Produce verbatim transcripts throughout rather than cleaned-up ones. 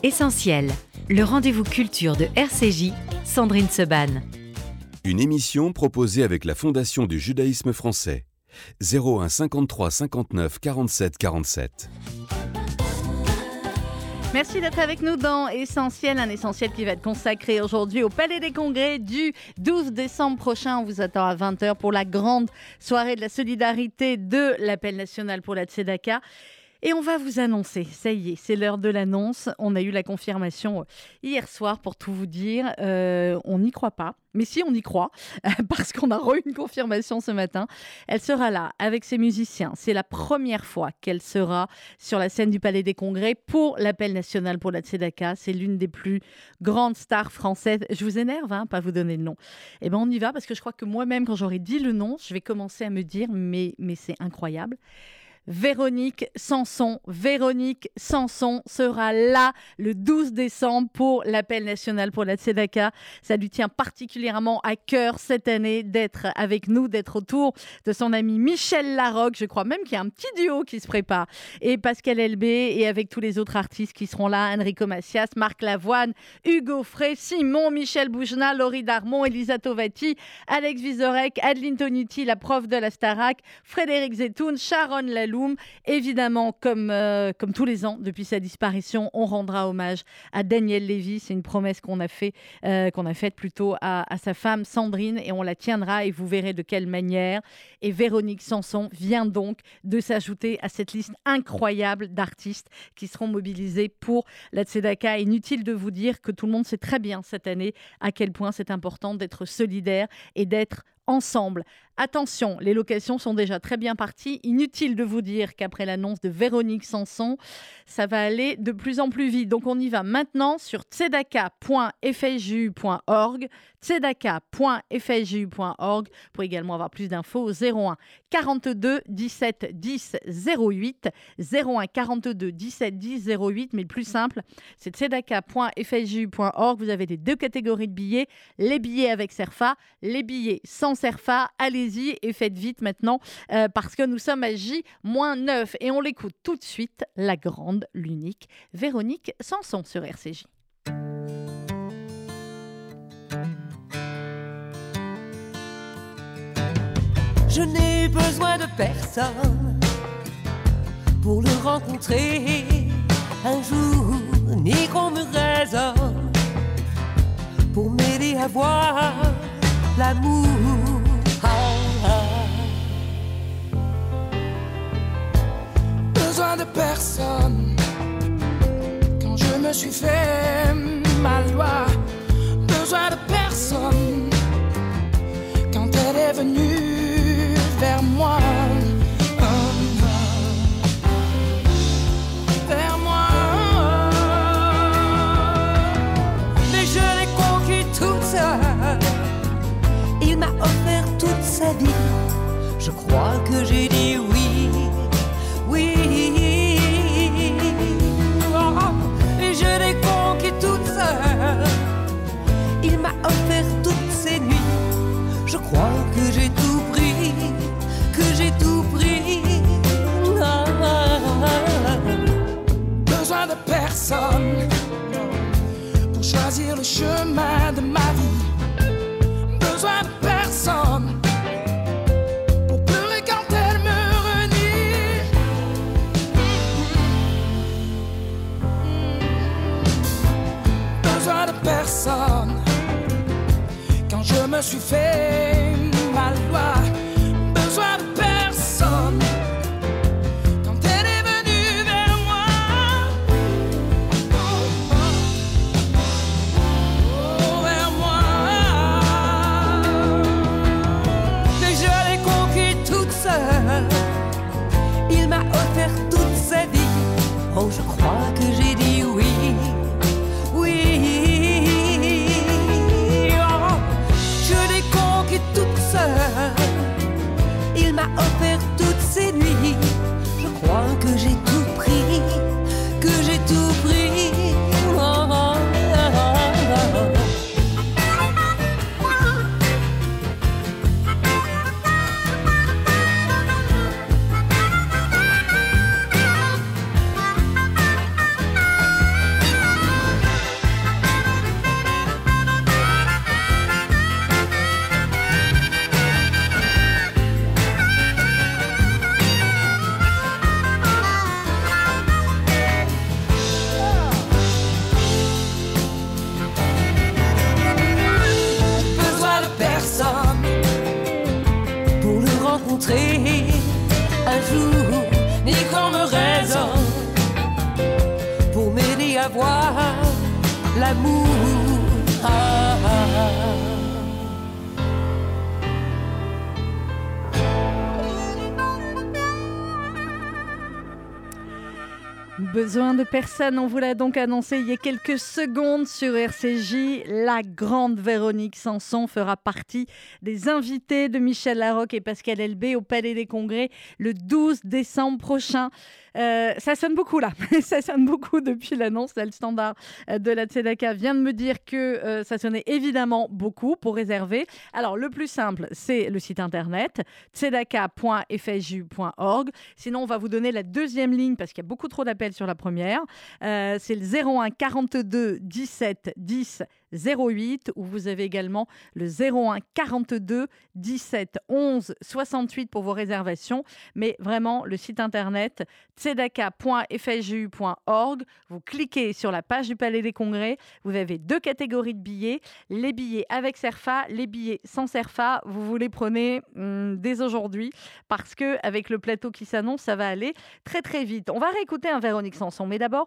Essentiel, le rendez-vous culture de R C J, Sandrine Seban. Une émission proposée avec la Fondation du judaïsme français. zéro un cinquante-trois cinquante-neuf quarante-sept quarante-sept. Merci d'être avec nous dans Essentiel, un Essentiel qui va être consacré aujourd'hui au Palais des Congrès du douze décembre prochain. On vous attend à vingt heures pour la grande soirée de la solidarité de l'appel national pour la Tzedaka. Et on va vous annoncer, ça y est, c'est l'heure de l'annonce. On a eu la confirmation hier soir pour tout vous dire. Euh, on n'y croit pas, mais si on y croit, parce qu'on a eu une confirmation ce matin. Elle sera là avec ses musiciens. C'est la première fois qu'elle sera sur la scène du Palais des Congrès pour l'appel national pour la Tzedaka. C'est l'une des plus grandes stars françaises. Je vous énerve, hein, pas vous donner le nom. Eh bien, on y va parce que je crois que moi-même, quand j'aurai dit le nom, je vais commencer à me dire, mais, mais c'est incroyable. Véronique Sanson. Véronique Sanson sera là le douze décembre pour l'appel national pour la Tzedaka. Ça lui tient particulièrement à cœur cette année d'être avec nous, d'être autour de son ami Michel Larocque. Je crois même qu'il y a un petit duo qui se prépare. Et Pascal Elbé et avec tous les autres artistes qui seront là, Enrico Macias, Marc Lavoine, Hugo Frey, Simon, Michel Boujna, Laurie Darmon, Elisa Tovati, Alex Vizorek, Adeline Tonuti, la prof de la Starac, Frédéric Zetoun, Sharon Lalou. Évidemment, comme, euh, comme tous les ans, depuis sa disparition, on rendra hommage à Daniel Lévy. C'est une promesse qu'on a, fait, euh, qu'on a faite plutôt à, à sa femme Sandrine et on la tiendra et vous verrez de quelle manière. Et Véronique Sanson vient donc de s'ajouter à cette liste incroyable d'artistes qui seront mobilisés pour la Tzedaka. Inutile de vous dire que tout le monde sait très bien cette année à quel point c'est important d'être solidaire et d'être ensemble. Attention, les locations sont déjà très bien parties. Inutile de vous dire qu'après l'annonce de Véronique Sanson, ça va aller de plus en plus vite. Donc on y va maintenant sur tzedaka point f s j u point org, tzedaka point f s j u point org pour également avoir plus d'infos au zéro un quarante-deux dix-sept dix zéro huit, zéro un quarante-deux dix-sept dix zéro huit, mais le plus simple, c'est tzedaka point f s j u point org. Vous avez les deux catégories de billets, les billets avec Cerfa, les billets sans Cerfa. Allez-y et faites vite maintenant euh, parce que nous sommes à J neuf et on l'écoute tout de suite, la grande, l'unique Véronique Sanson sur R C J. Je n'ai besoin de personne pour le rencontrer un jour, ni qu'on me raisonne pour m'aider à voir l'amour. Ah, ah. Besoin de personne quand je me suis fait ma loi. Besoin de personne quand elle est venue vers moi. Oh, oh. Vers moi. Mais je l'ai conquis toute seule. Il m'a offert toute sa vie. Je crois que j'ai dit oui, oui. Oh, et je l'ai conquis toute seule. Il m'a offert toutes ses nuits. Je crois que j'ai tout pris, que j'ai tout pris. Ah, ah, ah. Besoin de personne pour choisir le chemin de ma vie. Besoin de personne pour pleurer quand elle me renie. Besoin de personne quand je me suis fait ma loi. Besoin de personne quand elle est venue vers moi. Oh, oh, oh, vers moi. Mais je l'ai conquis toute seule. Il m'a offert toute sa vie. Oh, je crois que j'ai dit oui, oui. Oh, je l'ai conquis toute seule. Il m'a offert toutes ses nuits. Je crois que j'ai tout pris, que j'ai tout pris. Oh, oh, oh, oh. avoir l'amour. Ah, ah, ah. Besoin de personne, on vous l'a donc annoncé il y a quelques secondes sur R C J. La grande Véronique Sanson fera partie des invités de Michel Larocque et Pascal Elbé au Palais des Congrès le douze décembre prochain. Euh, ça sonne beaucoup là, ça sonne beaucoup depuis l'annonce. Là, le standard de la Tzedaka vient de me dire que euh, ça sonnait évidemment beaucoup pour réserver. Alors le plus simple, c'est le site internet tzedaka point f s j u point org. Sinon, on va vous donner la deuxième ligne parce qu'il y a beaucoup trop d'appels sur la première. Euh, c'est le zéro un quarante-deux dix-sept dix zéro huit, où vous avez également le zéro un quarante-deux dix-sept onze soixante-huit pour vos réservations. Mais vraiment, le site internet tzedaka point f s j u point org. Vous cliquez sur la page du Palais des Congrès. Vous avez deux catégories de billets. Les billets avec Cerfa, les billets sans Cerfa. Vous vous les prenez hum, dès aujourd'hui parce qu'avec le plateau qui s'annonce, ça va aller très très vite. On va réécouter un Véronique Sanson. Mais d'abord,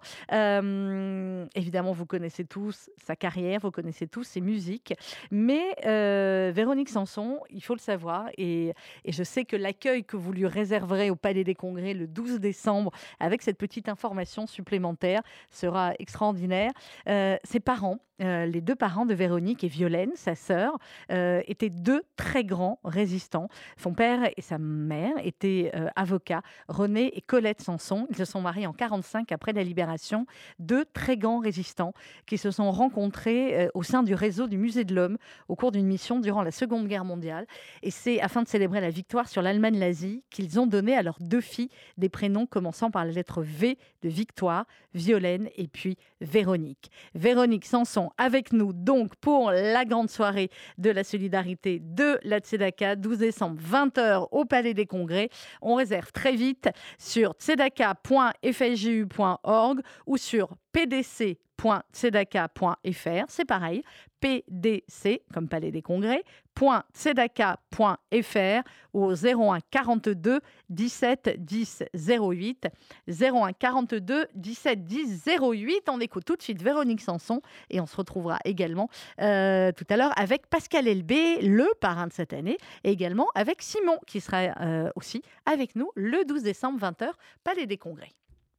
euh, évidemment, vous connaissez tous sa carrière, vous connaissez tous ses musiques. Mais euh, Véronique Sanson, il faut le savoir, et, et je sais que l'accueil que vous lui réserverez au Palais des Congrès le douze décembre, avec cette petite information supplémentaire, sera extraordinaire. Euh, ses parents, euh, les deux parents de Véronique et Violaine, sa sœur, euh, étaient deux très grands résistants. Son père et sa mère étaient euh, avocats, René et Colette Sanson. Ils se sont mariés en quarante-cinq après la libération. Deux très grands résistants qui se sont rencontrés euh, au sein du réseau du Musée de l'Homme au cours d'une mission durant la Seconde Guerre mondiale. Et c'est afin de célébrer la victoire sur l'Allemagne nazie qu'ils ont donné à leurs deux filles des prénoms commençant par la lettre V de Victoire, Violaine et puis Véronique. Véronique Sanson avec nous donc pour la grande soirée de la solidarité de la Tzedaka, douze décembre, vingt heures au Palais des Congrès. On réserve très vite sur tzedaka point f s j u point org ou sur p d c point tzedaka point f r. C'est pareil, P D C, comme Palais des Congrès, tzedaka point f r ou au zéro un quarante-deux dix-sept dix zéro huit. zéro un quarante-deux dix-sept dix zéro huit. On écoute tout de suite Véronique Sanson et on se retrouvera également euh, tout à l'heure avec Pascal Elbé, le parrain de cette année, et également avec Simon qui sera euh, aussi avec nous le douze décembre, vingt heures, Palais des Congrès.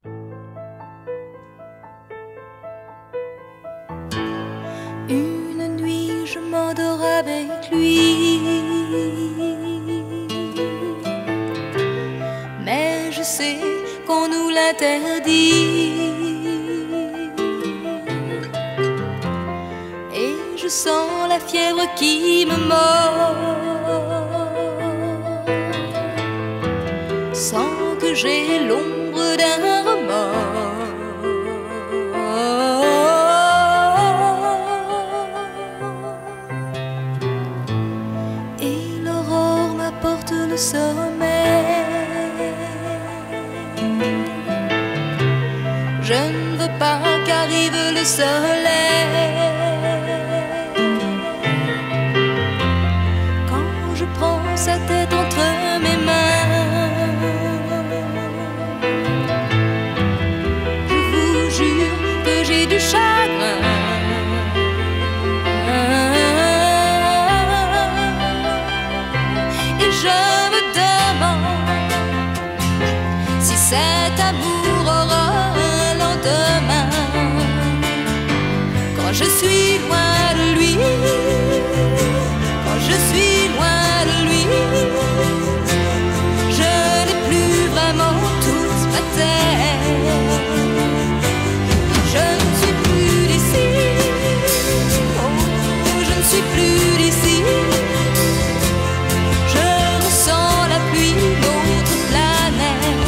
Une nuit, je m'endors avec lui, mais je sais qu'on nous l'interdit, et je sens la fièvre qui me mord, sans que j'ai l'ombre d'un remords. Sommeil, je ne veux pas qu'arrive le soleil. Quand je prends sa tête entre mes mains, je vous jure que j'ai du chagrin. Et je cet amour aura un lendemain. Quand je suis loin de lui, quand je suis loin de lui, je n'ai plus vraiment toute ma terre. Je ne suis plus d'ici, oh, je ne suis plus d'ici. Je ressens la pluie d'autres planètes.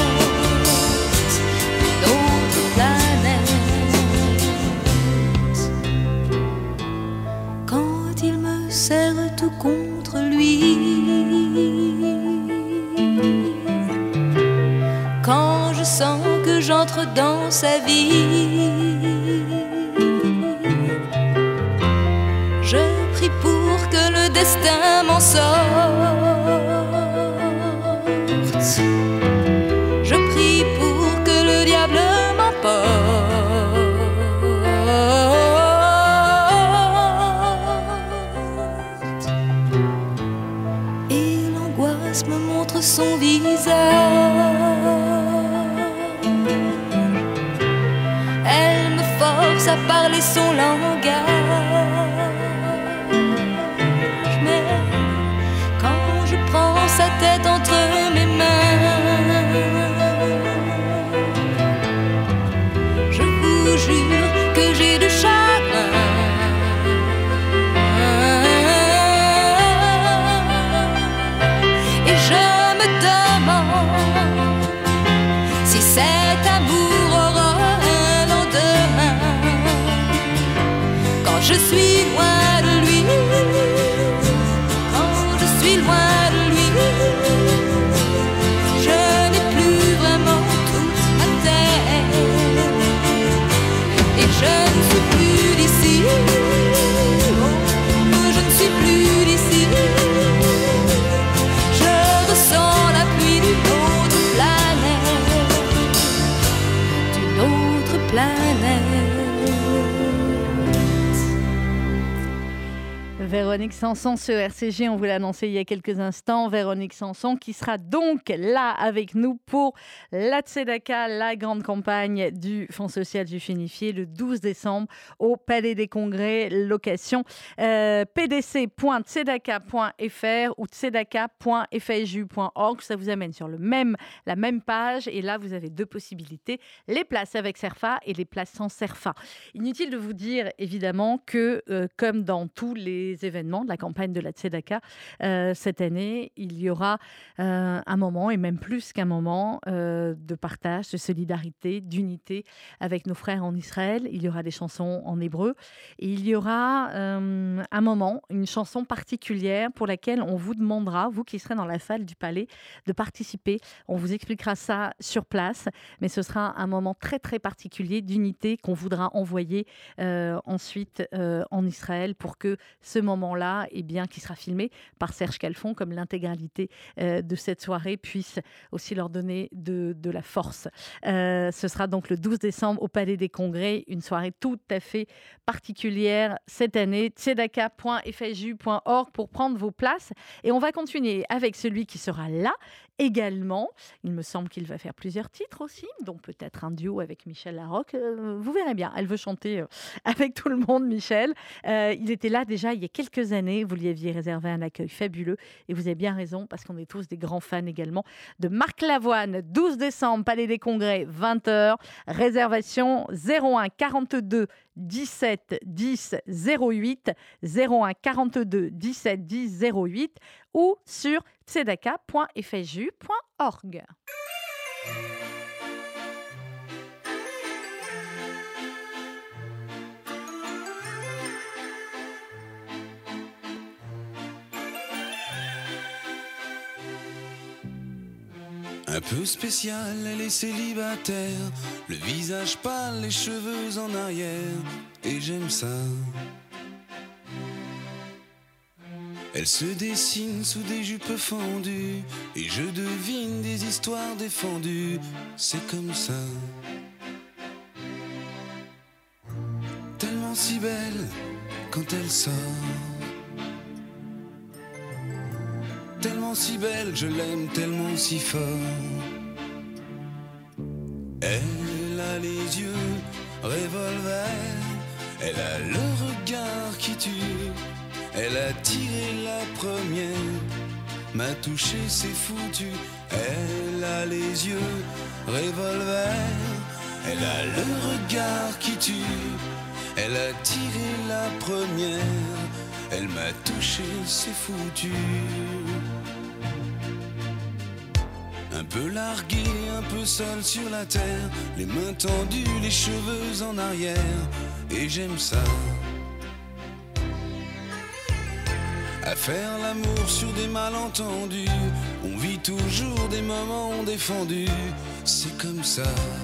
Serre tout contre lui. Quand je sens que j'entre dans sa vie, je prie pour que le destin m'en sorte. Je prie pour que le diable m'emporte. à parler son langage. Mais quand je prends sa tête entre mes mains, je vous jure que j'ai du chagrin. Et je me demande si cet amour aura un lendemain. Quand je suis loin de lui, quand je suis loin de lui, je n'ai plus vraiment toute ma terre. Et je ne suis plus d'ici, oh, je ne suis plus d'ici. Je ressens la pluie d'une autre planète, d'une autre planète. Véronique Sanson sur R C J, on vous l'a annoncé il y a quelques instants. Véronique Sanson qui sera donc là avec nous pour la Tzedaka, la grande campagne du Fonds social juif unifié le douze décembre au Palais des Congrès, location euh, p d c point tzedaka point f r ou tzedaka point f s j u point org. Ça vous amène sur le même, la même page et là vous avez deux possibilités, les places avec Serfa et les places sans Serfa. Inutile de vous dire évidemment que euh, comme dans tous les événements de la campagne de la Tzedaka, euh, cette année, il y aura euh, un moment, et même plus qu'un moment, euh, de partage, de solidarité, d'unité avec nos frères en Israël. Il y aura des chansons en hébreu. Et il y aura euh, un moment, une chanson particulière pour laquelle on vous demandera, vous qui serez dans la salle du Palais, de participer. On vous expliquera ça sur place, mais ce sera un moment très, très particulier d'unité qu'on voudra envoyer euh, ensuite euh, en Israël pour que ce moment-là, eh bien, qui sera filmé par Serge Calfon, comme l'intégralité euh, de cette soirée, puisse aussi leur donner de, de la force. Euh, ce sera donc le douze décembre au Palais des Congrès, une soirée tout à fait particulière cette année. tzedaka point f s j u point org pour prendre vos places. Et on va continuer avec celui qui sera là également. Il me semble qu'il va faire plusieurs titres aussi, dont peut-être un duo avec Michel Larocque. Euh, vous verrez bien, elle veut chanter euh, avec tout le monde, Michel. Euh, il était là déjà il y a quelques années. Vous lui aviez réservé un accueil fabuleux et vous avez bien raison parce qu'on est tous des grands fans également de Marc Lavoine. douze décembre, Palais des Congrès, vingt heures. Réservation zéro un quarante-deux dix-sept dix zéro huit, zéro un quarante-deux dix-sept dix zéro huit ou sur tzedaka point f s j u point org. Un peu spécial, elle est célibataire, le visage pâle, les cheveux en arrière, et j'aime ça. Elle se dessine sous des jupes fendues, et je devine des histoires défendues, c'est comme ça. Tellement si belle quand elle sort, tellement si belle, je l'aime tellement si fort. Elle a les yeux revolver, elle a le regard qui tue, elle a tiré la première, m'a touché, c'est foutu. Elle a les yeux revolver, elle a le regard qui tue, elle a tiré la première, elle m'a touché, c'est foutu. Un peu largué, un peu seul sur la terre, les mains tendues, les cheveux en arrière, et j'aime ça. À faire l'amour sur des malentendus, on vit toujours des moments défendus, c'est comme ça.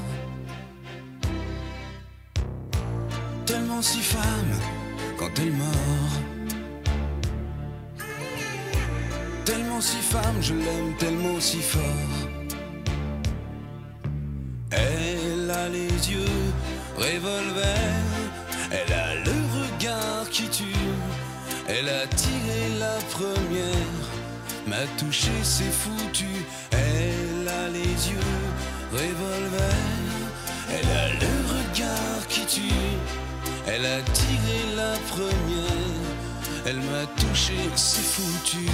Tellement si femme quand elle mord, tellement si femme, je l'aime tellement si fort. Elle a les yeux revolver, elle a le regard qui tue, elle a tiré la première, m'a touché, c'est foutu. Elle a les yeux revolver, elle a le regard qui tue, Elle a tiré la première, elle m'a touché, c'est foutu.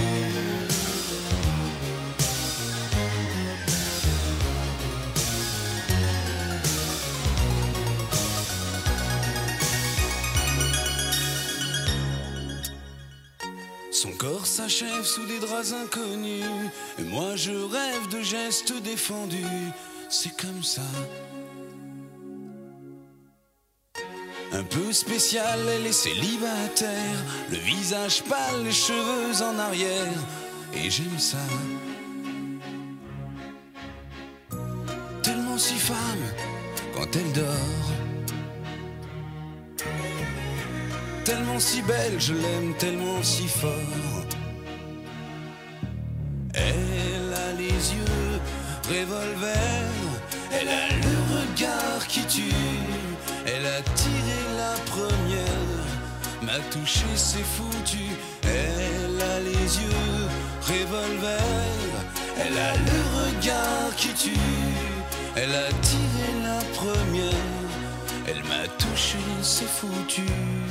Son corps s'achève sous des draps inconnus, et moi je rêve de gestes défendus. C'est comme ça. Un peu spécial, elle est célibataire, le visage pâle, les cheveux en arrière, et j'aime ça. Tellement si femme quand elle dort, tellement si belle, je l'aime tellement si fort. Elle a les yeux revolver, elle a le regard qui tue. Elle a tiré la première, m'a touché, c'est foutu. Elle a les yeux revolver, elle a le regard qui tue. Elle a tiré la première, elle m'a touché, c'est foutu.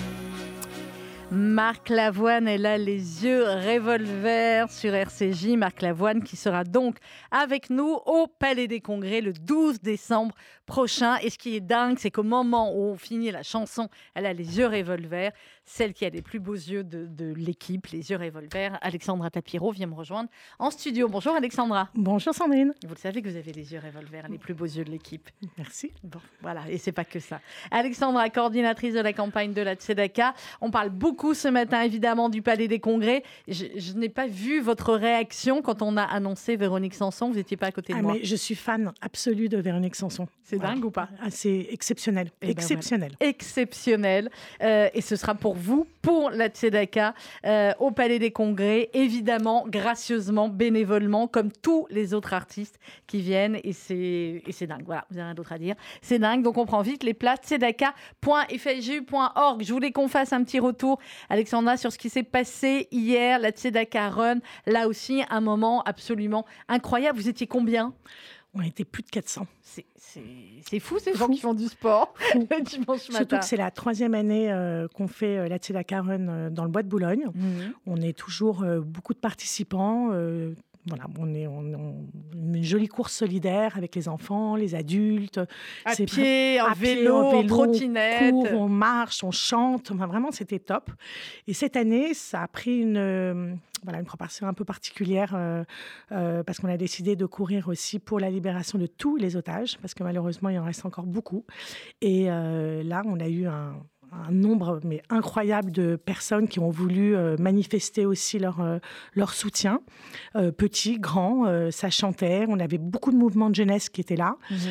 Marc Lavoine, elle a les yeux revolver sur R C J. Marc Lavoine qui sera donc avec nous au Palais des Congrès le douze décembre prochain. Et ce qui est dingue, c'est qu'au moment où on finit la chanson, elle a les yeux revolver, celle qui a les plus beaux yeux de, de l'équipe, les yeux revolver, Alexandra Tapiro vient me rejoindre en studio. Bonjour Alexandra. Bonjour Sandrine. Vous le savez que vous avez les yeux revolver, les plus beaux yeux de l'équipe. Merci. Bon, voilà, et c'est pas que ça. Alexandra, coordinatrice de la campagne de la Tzedaka. On parle beaucoup ce matin, évidemment, du Palais des Congrès. Je, je n'ai pas vu votre réaction quand on a annoncé Véronique Sanson. Vous n'étiez pas à côté de ah, moi. Mais je suis fan absolue de Véronique Sanson. C'est voilà. dingue ou pas? ah, C'est exceptionnel. Et exceptionnel. Ben voilà. Exceptionnel. Euh, et ce sera pour vous, pour la Tzedaka, euh, au Palais des Congrès, évidemment, gracieusement, bénévolement, comme tous les autres artistes qui viennent. Et c'est, et c'est dingue. Voilà, vous n'avez rien d'autre à dire. C'est dingue. Donc, on prend vite les places. tzedaka point f l g u point org. Je voulais qu'on fasse un petit retour, Alexandra, sur ce qui s'est passé hier, la Tzedaka Run. Là aussi, un moment absolument incroyable. Vous étiez combien ? On était plus de quatre cents. C'est, c'est, c'est fou, ces fou. gens qui font du sport le dimanche matin. Surtout que c'est la troisième année euh, qu'on fait euh, la Tzedaka Run euh, dans le Bois de Boulogne. Mmh. On est toujours euh, beaucoup de participants. Euh, Voilà, on est on, on, une jolie course solidaire avec les enfants, les adultes. À c'est pied, en, à vélo, pied, en vélo, en trottinette. On court, on marche, on chante. Enfin, vraiment, c'était top. Et cette année, ça a pris une, euh, voilà, une proportion un peu particulière euh, euh, parce qu'on a décidé de courir aussi pour la libération de tous les otages, parce que malheureusement, il en reste encore beaucoup. Et euh, là, on a eu un... un nombre mais incroyable de personnes qui ont voulu euh, manifester aussi leur, euh, leur soutien. Euh, petits, grands, euh, ça chantait. On avait beaucoup de mouvements de jeunesse qui étaient là. Mmh.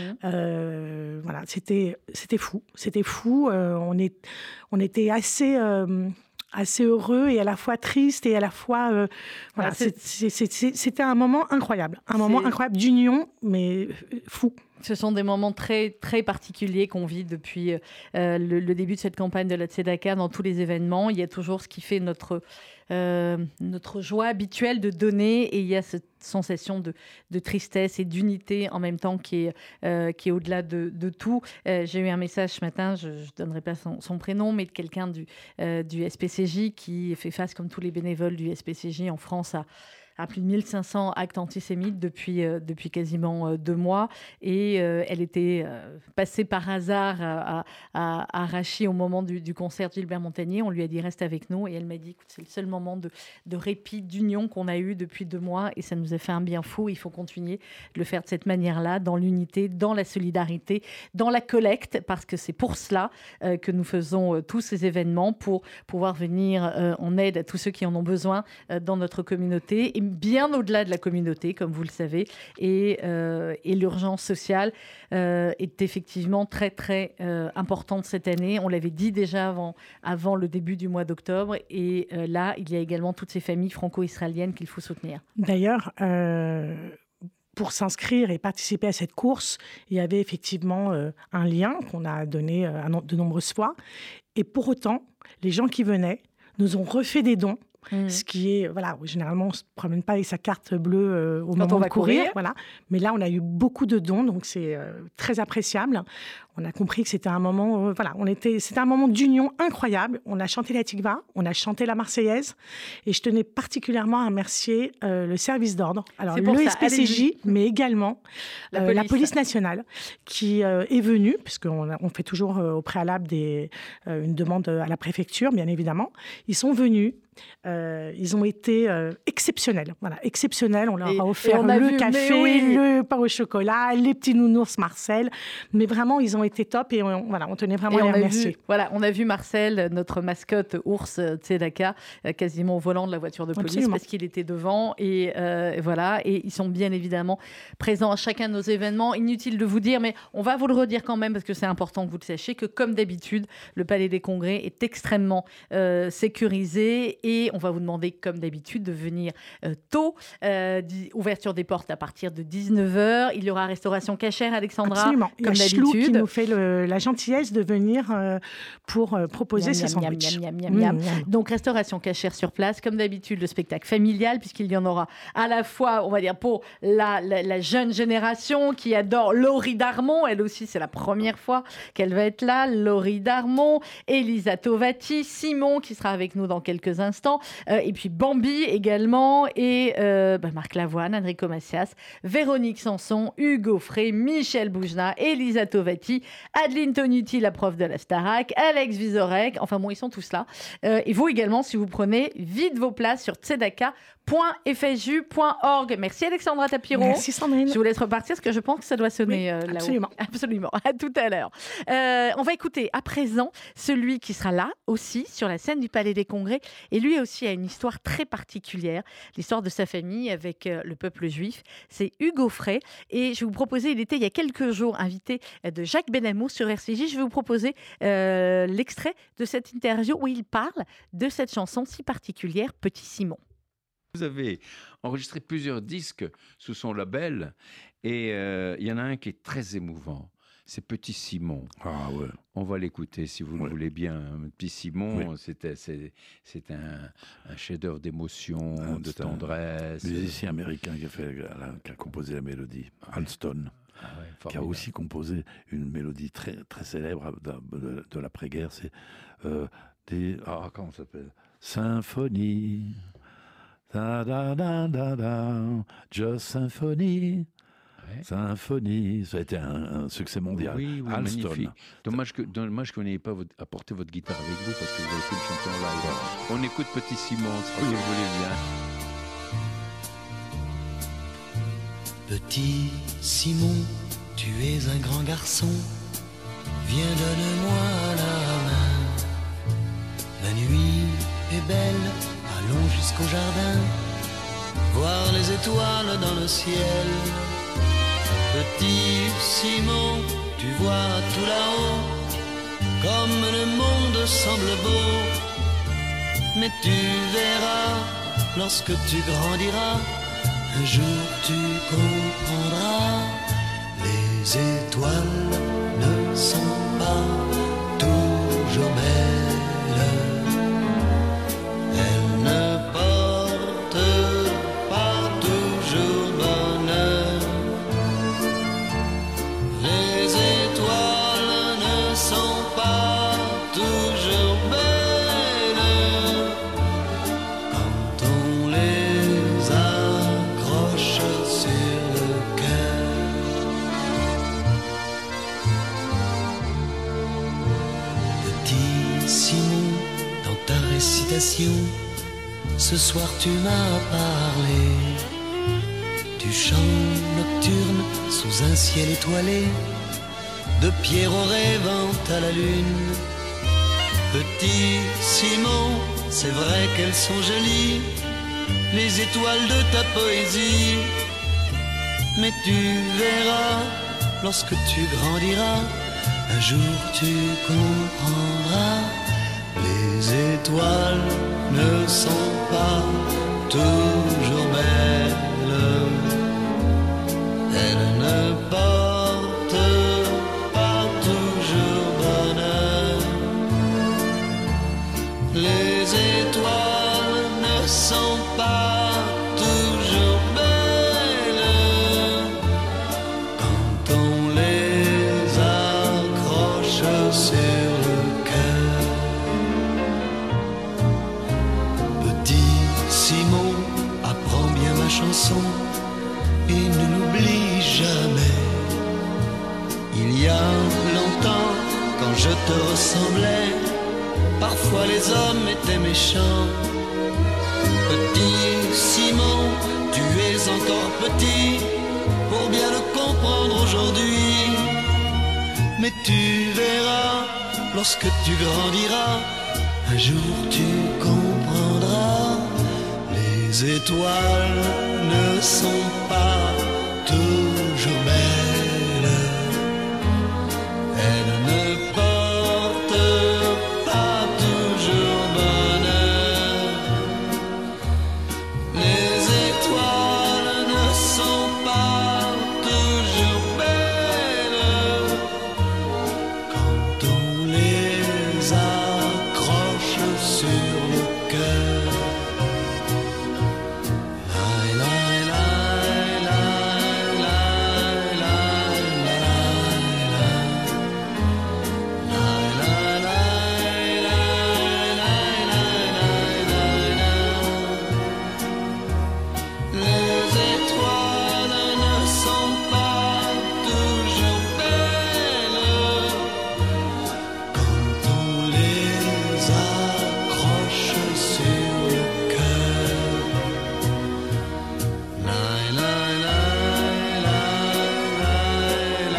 Euh, voilà, c'était, c'était fou. C'était fou. Euh, on, est, on était assez... Euh, assez heureux et à la fois triste et à la fois... Euh, voilà, ah, c'est... C'est, c'est, c'est, c'était un moment incroyable. Un c'est... moment incroyable d'union, mais fou. Ce sont des moments très, très particuliers qu'on vit depuis euh, le, le début de cette campagne de la Tzedaka dans tous les événements. Il y a toujours ce qui fait notre, euh, notre joie habituelle de donner et il y a cette sensation de, de tristesse et d'unité en même temps qui est, euh, qui est au-delà de, de tout. Euh, j'ai eu un message ce matin, je ne donnerai pas son, son prénom, mais de quelqu'un du, euh, du S P C J qui fait face, comme tous les bénévoles du S P C J en France, à à plus de mille cinq cents actes antisémites depuis, euh, depuis quasiment euh, deux mois. Et euh, elle était euh, passée par hasard à, à, à Rachy au moment du, du concert de Gilbert Montagnier. On lui a dit « reste avec nous ». Et elle m'a dit « c'est le seul moment de, de répit, d'union qu'on a eu depuis deux mois. Et ça nous a fait un bien fou. Il faut continuer de le faire de cette manière-là, dans l'unité, dans la solidarité, dans la collecte, parce que c'est pour cela euh, que nous faisons euh, tous ces événements, pour pouvoir venir euh, en aide à tous ceux qui en ont besoin euh, dans notre communauté. Et bien au-delà de la communauté, comme vous le savez, et, euh, et l'urgence sociale euh, est effectivement très, très euh, importante cette année. On l'avait dit déjà avant, avant le début du mois d'octobre, et euh, là, il y a également toutes ces familles franco-israéliennes qu'il faut soutenir. D'ailleurs, euh... pour s'inscrire et participer à cette course, il y avait effectivement euh, un lien qu'on a donné euh, de nombreuses fois. Et pour autant, les gens qui venaient nous ont refait des dons Mmh. Ce qui est, voilà, généralement, on ne se promène pas avec sa carte bleue euh, au Quand moment on va de courir. courir. Voilà. Mais là, on a eu beaucoup de dons, donc c'est euh, très appréciable. On a compris que c'était un moment, euh, voilà, on était, c'était un moment d'union incroyable. On a chanté la Tikva, on a chanté la Marseillaise, et je tenais particulièrement à remercier euh, le service d'ordre, alors C'est pour le ça, S P C J, allez-y. mais également La euh, police. la police nationale, qui euh, est venue, puisqu'on a- on fait toujours euh, au préalable des, euh, une demande à la préfecture, bien évidemment. Ils sont venus. Euh, ils ont été euh, exceptionnels, voilà, exceptionnels. On leur Et- a et offert on a le vu, café, mais oui. le pain au chocolat, les petits nounours Marcel. Mais vraiment, ils ont été top et on, voilà, on tenait vraiment Et à les on a, remercier. vu, voilà, on a vu Marcel, notre mascotte ours euh, Tzedaka, euh, quasiment au volant de la voiture de police Absolument. parce qu'il était devant. Et euh, voilà, et ils sont bien évidemment présents à chacun de nos événements. Inutile de vous dire, mais on va vous le redire quand même parce que c'est important que vous le sachiez, que comme d'habitude, le Palais des Congrès est extrêmement euh, sécurisé et on va vous demander, comme d'habitude, de venir euh, tôt. Euh, di- ouverture des portes à partir de dix-neuf heures. Il y aura restauration cachère, Alexandra, Absolument. Il y a comme Chlou qui d'habitude. nous fait le- la gentillesse de venir euh, pour euh, proposer Miam, ses miam, miam, sandwichs. miam, miam, miam, Mmh, miam. Donc, restauration cachère sur place, comme d'habitude, le spectacle familial, puisqu'il y en aura à la fois, on va dire, pour la, la, la jeune génération qui adore Laurie Darmon. Elle aussi, c'est la première fois qu'elle va être là. Laurie Darmon, Elisa Tovati, Simon, qui sera avec nous dans quelques instants, euh, et puis Bambi également, et euh, bah, Marc Lavoine, Enrico Macias, Véronique Sanson, Hugo Frey, Michel Boujna, Elisa Tovati, Adeline Tonuti, la prof de la Starac, Alex Vizorek, enfin bon, ils sont tous là. Euh, et vous également, si vous prenez vite vos places sur tzedaka point f s j u point org. Merci Alexandra Tapiro. Merci Sandrine. Je vous laisse repartir parce que je pense que ça doit sonner Oui, euh, là-haut. absolument. Absolument. À tout à l'heure. Euh, on va écouter à présent celui qui sera là aussi sur la scène du Palais des Congrès. Et lui aussi a une histoire très particulière, l'histoire de sa famille avec euh, le peuple juif. C'est Hugo Frey. Et je vais vous proposer, il était il y a quelques jours invité euh, de Jacques Benamou sur R C J. Je vais vous proposer euh, l'extrait de cette interview où il parle de cette chanson si particulière, Petit Simon. Vous avez enregistré plusieurs disques sous son label et euh, il y en a un qui est très émouvant. C'est Petit Simon. Ah ouais. On va l'écouter si vous Ouais. le voulez bien. Petit Simon, Oui. c'était, c'est, c'est un, un chef-d'œuvre d'émotion, Ah, de c'est un tendresse. Musicien américain qui a, fait, la- qui a composé la mélodie, Alston, Ah ouais, qui a formidable. aussi composé une mélodie très, très célèbre de, de- de l'après-guerre. C'est euh, des. Ah, comment ça s'appelle Symphonie. Da, da, da, da, da, Just Symphony. Ouais. Symphonie. Ça a été un, un succès mondial. Oui, oui, Alston. magnifique. Dommage que, dommage que vous n'ayez pas votre- apporté votre guitare avec vous parce que vous avez pu le chanter en live. On écoute Petit Simon, si vous voulez bien. Petit Simon, tu es un grand garçon, viens donne-moi la main. La nuit est belle, allons jusqu'au jardin, voir les étoiles dans le ciel. Petit Simon, tu vois tout là-haut, comme le monde semble beau. Mais tu verras, lorsque tu grandiras, un jour tu comprendras, les étoiles ne sont pas toujours belles. Elles ne portent pas toujours bonheur. Les étoiles ne sont pas toujours belles quand on les accroche sur le cœur. Petit Simon, dans ta récitation, ce soir tu m'as parlé du chant nocturne sous un ciel étoilé, de Pierrot rêvant à la lune. Petit Simon, c'est vrai qu'elles sont jolies, les étoiles de ta poésie. Mais tu verras, lorsque tu grandiras, un jour tu comprendras, les étoiles ne sont pas toujours belles. Elles ne portent pas toujours bonheur. Les étoiles ne sur le cœur. Petit Simon, apprends bien ma chanson et ne l'oublie jamais. Il y a longtemps, quand je te ressemblais, parfois les hommes étaient méchants. Petit Simon, tu es encore petit pour bien le comprendre aujourd'hui. Mais tu verras, lorsque tu grandiras, un jour tu comprendras. Les étoiles ne sont pas toujours belles. Elles ne portent pas toujours bonheur. Les étoiles ne sont pas toujours belles quand on les accroche sur le cœur. Laï, laï, laï, laï, laï, laï, laï, laï, les étoiles ne sont pas toujours belles quand on les accroche sur le cœur. Laï, laï, laï, laï, laï,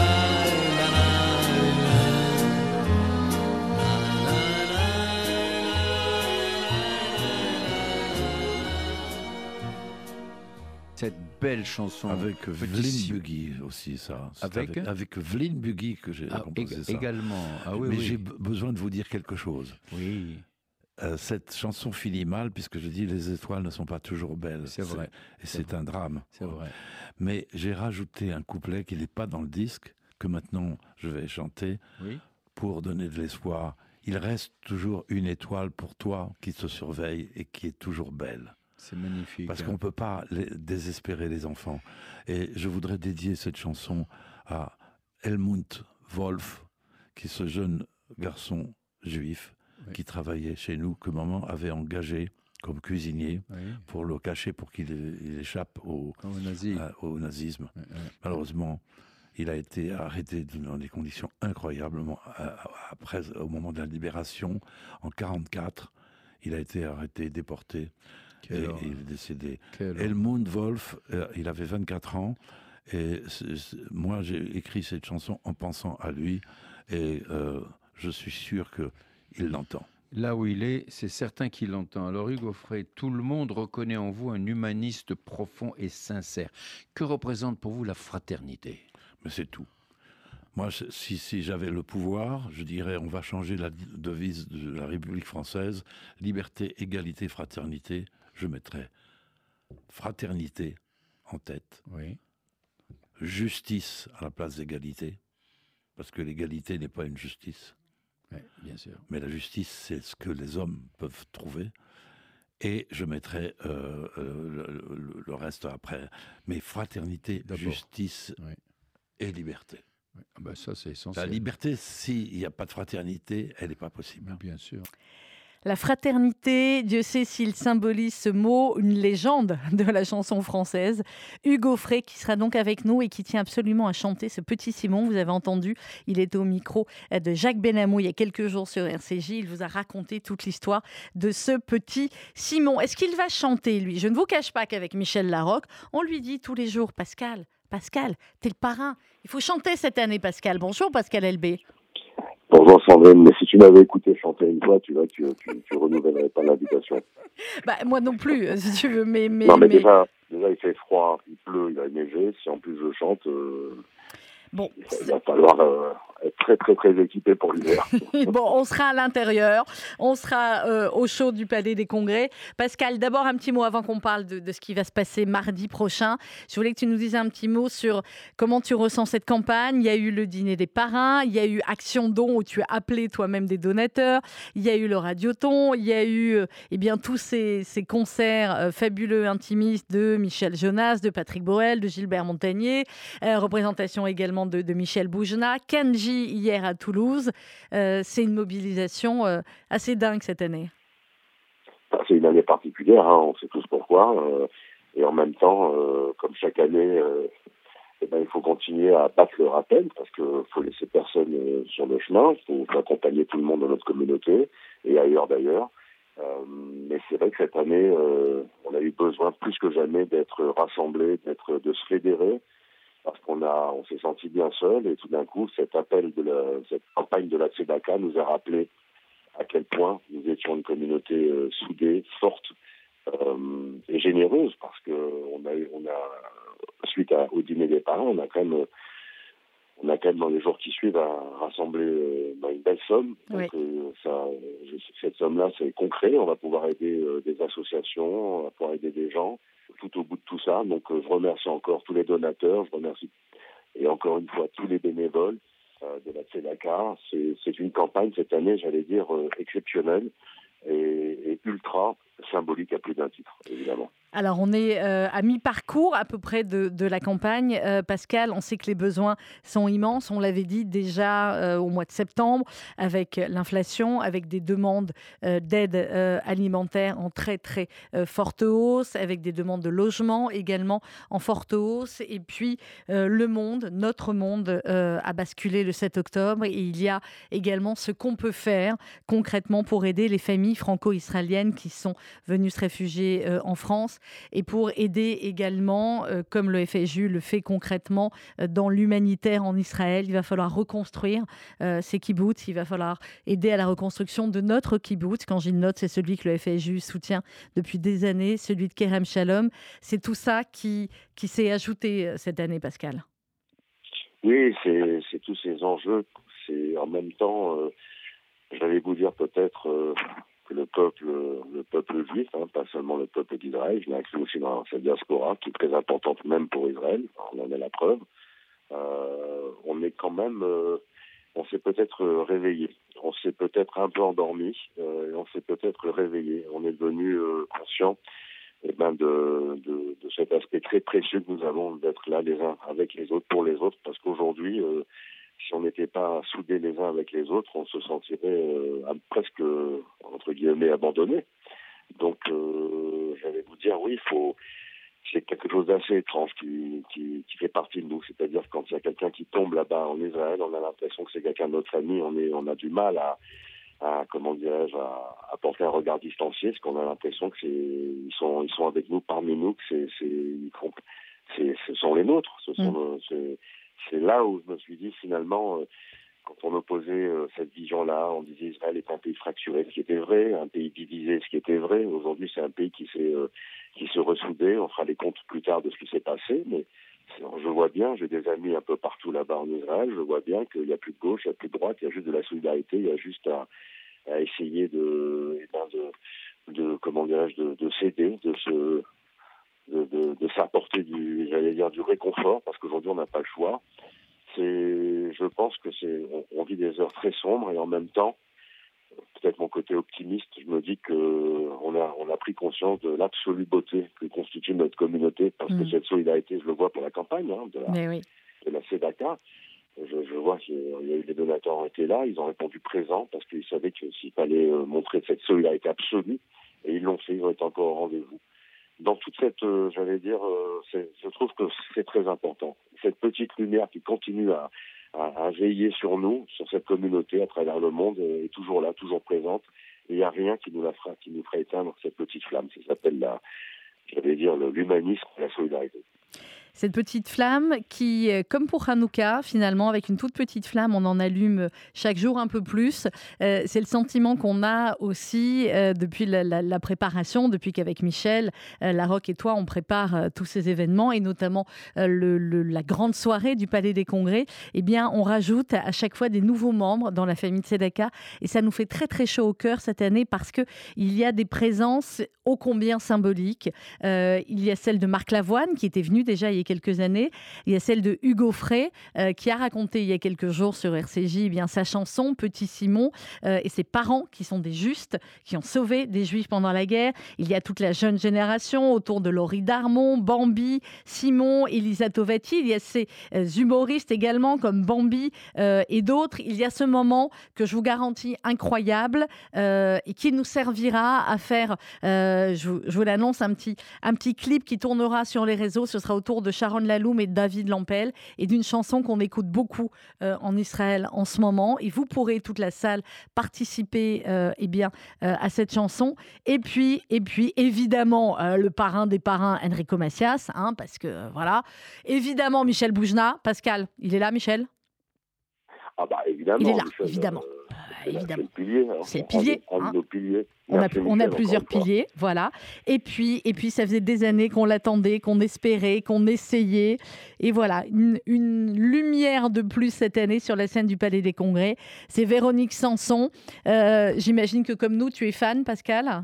Cette belle chanson. Avec Petit Vlyn Simon. Buggy aussi, ça. C'est Avec avec, avec Vlyn Buggy que j'ai Ah, composé ég- ça. également. Ah oui, Mais oui. j'ai b- besoin de vous dire quelque chose. Oui, Euh, cette chanson finit mal puisque je dis les étoiles ne sont pas toujours belles. C'est vrai. Et c'est un drame. c'est vrai. Mais j'ai rajouté un couplet qui n'est pas dans le disque, que maintenant je vais chanter Oui. pour donner de l'espoir. Il reste toujours une étoile pour toi qui te surveille et qui est toujours belle. C'est magnifique. Parce hein. qu'on ne peut pas les- désespérer les enfants. Et je voudrais dédier cette chanson à Helmut Wolf, qui est ce jeune garçon juif Oui. qui travaillait chez nous, que maman avait engagé comme cuisinier Oui. pour le cacher, pour qu'il il échappe au, Comme au nazi. à- au nazisme. Ouais, ouais. Malheureusement, il a été arrêté dans des conditions incroyablement. euh, Après, au moment de la libération, en quarante-quatre, il a été arrêté, déporté, Quelle et horreur. il est décédé. Quelle horreur. Helmut Wolf, euh, il avait vingt-quatre ans, et c'est- c'est- moi j'ai écrit cette chanson en pensant à lui, et euh, je suis sûr qu'il l'entend. Là où il est, c'est certain qu'il l'entend. Alors Hugo Frey, tout le monde reconnaît en vous un humaniste profond et sincère. Que représente pour vous la fraternité? Mais c'est tout. Moi, je- si, si j'avais le pouvoir, je dirais on va changer la devise de la République française, liberté, égalité, fraternité. Je mettrais fraternité en tête, Oui. justice à la place d'égalité, parce que l'égalité n'est pas une justice, Oui, bien sûr. mais la justice, c'est ce que les hommes peuvent trouver. Et je mettrais euh, euh, le, le- le reste après. Mais fraternité, D'abord. justice Oui. et liberté. Oui. Ah ben ça, c'est La essentiel. liberté, s'il n'y a pas de fraternité, elle n'est pas possible. Bien sûr. La fraternité, Dieu sait s'il symbolise ce mot, une légende de la chanson française. Hugo Frey qui sera donc avec nous et qui tient absolument à chanter ce petit Simon. Vous avez entendu, il était au micro de Jacques Benamou il y a quelques jours sur R C J. Il vous a raconté toute l'histoire de ce petit Simon. Est-ce qu'il va chanter, lui? Je ne vous cache pas qu'avec Michel Larocque, on lui dit tous les jours, Pascal, Pascal, t'es le parrain. Il faut chanter cette année, Pascal. Bonjour, Pascal Elbé. Bonjour Sandrine, mais si tu m'avais écouté chanter une fois, tu vois, tu, tu, tu renouvellerais pas l'invitation. Bah, moi non plus, si tu veux, mais... mais, non, mais, mais... Déjà, déjà, il fait froid, il pleut, il va neiger. Si en plus je chante, euh, Bon, il va falloir euh, être très, très, très équipé pour l'hiver. bon, on sera à l'intérieur, on sera euh, au chaud du Palais des Congrès. Pascal, d'abord un petit mot avant qu'on parle de, de ce qui va se passer mardi prochain. Je voulais que tu nous dises un petit mot sur comment tu ressens cette campagne. Il y a eu le dîner des parrains, il y a eu Action Don où tu as appelé toi-même des donateurs, il y a eu le Radioton, il y a eu euh, eh bien, tous ces, ces concerts euh, fabuleux, intimistes de Michel Jonas, de Patrick Borel, de Gilbert Montagnier, euh, représentation également également de, de Michel Boujna, Kenji hier à Toulouse. Euh, c'est une mobilisation euh, assez dingue cette année. C'est une année particulière, hein, on sait tous pourquoi. Euh, et en même temps, euh, comme chaque année, euh, eh ben, il faut continuer à battre le rappel parce qu'il faut laisser personne euh, sur le chemin. Il faut accompagner tout le monde dans notre communauté et ailleurs d'ailleurs. Euh, mais c'est vrai que cette année, euh, on a eu besoin plus que jamais d'être rassemblés, d'être, de se fédérer, parce qu'on a, on s'est senti bien seul. Et tout d'un coup, cet appel de la, cette campagne de la Tzedaka nous a rappelé à quel point nous étions une communauté euh, soudée, forte euh, et généreuse, parce que on a, on a suite à, au dîner des parents, on a quand même, on a quand même dans les jours qui suivent à rassembler euh, bah, une belle somme. Donc oui. euh, ça, je, cette somme-là, c'est concret. On va pouvoir aider euh, des associations, on va pouvoir aider des gens tout au bout de tout ça. Donc euh, je remercie encore tous les donateurs, je remercie et encore une fois tous les bénévoles euh, de la Tzedaka. C'est, c'est une campagne cette année, j'allais dire, euh, exceptionnelle et, et ultra symbolique à plus d'un titre, évidemment. Alors, on est euh, à mi-parcours à peu près de, de la campagne. Euh, Pascal, on sait que les besoins sont immenses. On l'avait dit déjà euh, au mois de septembre, avec l'inflation, avec des demandes euh, d'aide euh, alimentaire en très, très euh, forte hausse, avec des demandes de logement également en forte hausse. Et puis, euh, le monde, notre monde, euh, a basculé le sept octobre. Et il y a également ce qu'on peut faire concrètement pour aider les familles franco-israéliennes qui sont venues se réfugier euh, en France. Et pour aider également, euh, comme le F S J le fait concrètement, euh, dans l'humanitaire en Israël, il va falloir reconstruire euh, ces kibboutz, il va falloir aider à la reconstruction de notre kibboutz. Quand j'ai une note, c'est celui que le F S J soutient depuis des années, celui de Kerem Shalom. C'est tout ça qui, qui s'est ajouté cette année, Pascal. Oui, c'est, c'est tous ces enjeux. C'est en même temps, euh, j'allais vous dire peut-être... Euh, le peuple, le peuple juif, hein, pas seulement le peuple d'Israël, je l'inclus aussi dans cette diaspora qui est très importante même pour Israël, on en est la preuve. Euh, on est quand même, euh, on s'est peut-être réveillé, on s'est peut-être un peu endormi, euh, et on s'est peut-être réveillé. On est devenu euh, conscient eh ben, de, de, de cet aspect très précieux que nous avons d'être là les uns avec les autres, pour les autres, parce qu'aujourd'hui, euh, si on n'était pas soudés les uns avec les autres, on se sentirait euh, presque, entre guillemets, abandonné. Donc, euh, j'allais vous dire, oui, il faut... c'est quelque chose d'assez étrange qui, qui, qui fait partie de nous. C'est-à-dire quand il y a quelqu'un qui tombe là-bas en Israël, on a l'impression que c'est quelqu'un de notre ami. On, est, on a du mal à, à comment dirais-je, à, à porter un regard distancié, parce qu'on a l'impression que c'est, ils sont, ils sont avec nous, parmi nous, que c'est, c'est, ils font, c'est, ce sont les nôtres. Ce sont, mmh. c'est, C'est là où je me suis dit, finalement, euh, quand on opposait euh, cette vision-là, on disait Israël est un pays fracturé, ce qui était vrai, un pays divisé, ce qui était vrai. Aujourd'hui, c'est un pays qui s'est, euh, qui se ressoudait. On fera les comptes plus tard de ce qui s'est passé. Mais je vois bien, j'ai des amis un peu partout là-bas en Israël, je vois bien qu'il n'y a plus de gauche, il n'y a plus de droite, il y a juste de la solidarité, il y a juste à, à essayer de, eh ben de, de, comment dirais-je, de, de s'aider, de se... De, de, de s'apporter du, j'allais dire, du réconfort, parce qu'aujourd'hui on n'a pas le choix. C'est, je pense que c'est, on, on vit des heures très sombres et en même temps, peut-être mon côté optimiste, je me dis que on a, on a pris conscience de l'absolue beauté que constitue notre communauté, parce mmh. que cette solidarité, je le vois pour la campagne, hein, de la, oui. de la Tzedaka. Je, je vois qu'il y a eu des donateurs ont été là, ils ont répondu présent parce qu'ils savaient que s'il fallait montrer cette solidarité absolue, et ils l'ont fait, ils ont été encore au rendez-vous. Dans toute cette, euh, j'allais dire, euh, c'est, je trouve que c'est très important. Cette petite lumière qui continue à, à, à veiller sur nous, sur cette communauté à travers le monde, euh, est toujours là, toujours présente. Et il n'y a rien qui nous la fera, qui nous fera éteindre cette petite flamme. Ça s'appelle la, j'allais dire, le, l'humanisme et la solidarité. Cette petite flamme qui, comme pour Hanouka, finalement, avec une toute petite flamme, on en allume chaque jour un peu plus. Euh, c'est le sentiment qu'on a aussi euh, depuis la, la, la préparation, depuis qu'avec Michel, euh, Larocque et toi, on prépare euh, tous ces événements, et notamment euh, le, le, la grande soirée du Palais des Congrès. Eh bien, on rajoute à chaque fois des nouveaux membres dans la famille Tzedaka, et ça nous fait très très chaud au cœur cette année parce qu'il y a des présences ô combien symboliques. Euh, il y a celle de Marc Lavoine qui était venu déjà il y il y a quelques années. Il y a celle de Hugo Frey euh, qui a raconté il y a quelques jours sur R C J eh bien, sa chanson Petit Simon euh, et ses parents qui sont des justes, qui ont sauvé des juifs pendant la guerre. Il y a toute la jeune génération autour de Laurie Darmon, Bambi, Simon, Elisa Tovati. Il y a ces euh, humoristes également comme Bambi euh, et d'autres. Il y a ce moment que je vous garantis incroyable euh, et qui nous servira à faire, euh, je, vous, je vous l'annonce, un petit, un petit clip qui tournera sur les réseaux. Ce sera autour de Sharon Laloum et de David Lampel et d'une chanson qu'on écoute beaucoup euh, en Israël en ce moment. Et vous pourrez, toute la salle, participer euh, eh bien, euh, à cette chanson. Et puis, et puis évidemment, euh, le parrain des parrains, Enrico Macias, hein, parce que euh, voilà. Évidemment, Michel Boujna. Pascal, il est là, Michel? Ah bah évidemment. Il est là, Michel, évidemment. Euh, Euh, évidemment. C'est le pilier. Hein. C'est le pilier. Un de hein. nos piliers. On a, Merci, on a Michel, plusieurs encore une fois. piliers, voilà. Et puis, et puis, ça faisait des années qu'on l'attendait, qu'on espérait, qu'on essayait. Et voilà, une, une lumière de plus cette année sur la scène du Palais des Congrès. C'est Véronique Sanson. Euh, J'imagine que comme nous, tu es fan, Pascal?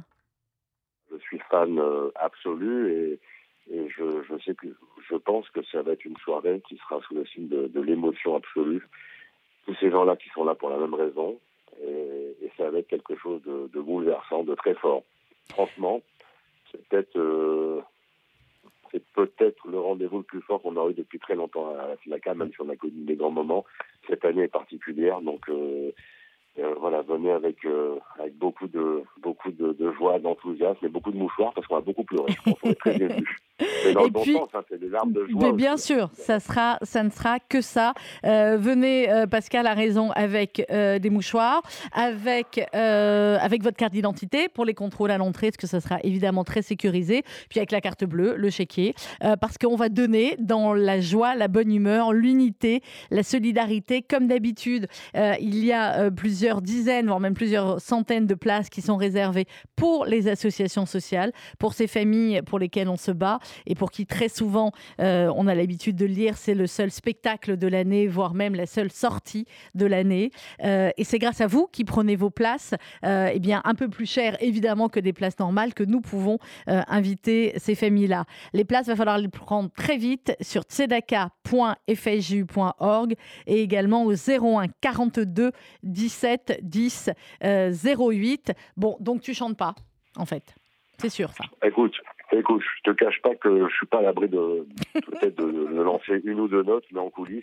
Je suis fan euh, absolu et, et je, je sais que je pense que ça va être une soirée qui sera sous le signe de, de l'émotion absolue. Tous ces gens-là qui sont là pour la même raison. Et, et ça va être quelque chose de, de bouleversant, de très fort. Franchement, c'est peut-être, euh, c'est peut-être le rendez-vous le plus fort qu'on a eu depuis très longtemps à la Tzedaka, même si on a connu des grands moments. Cette année est particulière, donc euh, euh, voilà, venez avec euh, avec beaucoup de beaucoup de, de joie, d'enthousiasme et beaucoup de mouchoirs parce qu'on va beaucoup pleurer. Je pense qu'on est très émus. Mais dans Et le bon puis, sens, hein, c'est des larmes de joie. Mais aussi. bien sûr, ça, sera, ça ne sera que ça. Euh, venez, euh, Pascal a raison, avec euh, des mouchoirs, avec, euh, avec votre carte d'identité pour les contrôles à l'entrée, parce que ça sera évidemment très sécurisé. Puis avec la carte bleue, le chéquier, euh, parce qu'on va donner dans la joie, la bonne humeur, l'unité, la solidarité. Comme d'habitude, euh, il y a euh, plusieurs dizaines, voire même plusieurs centaines de places qui sont réservées pour les associations sociales, pour ces familles pour lesquelles on se bat. Et pour qui très souvent, euh, on a l'habitude de le lire, c'est le seul spectacle de l'année, voire même la seule sortie de l'année. Euh, et c'est grâce à vous qui prenez vos places, euh, eh bien, un peu plus chères évidemment que des places normales, que nous pouvons euh, inviter ces familles-là. Les places, il va falloir les prendre très vite sur tzedaka point f s j u point org et également au zéro un quarante-deux dix-sept dix euh, zéro huit. Bon, donc tu chantes pas, en fait. C'est sûr, ça. Écoute, écoute, je te cache pas que je suis pas à l'abri de peut-être de, de lancer une ou deux notes, mais en coulisses.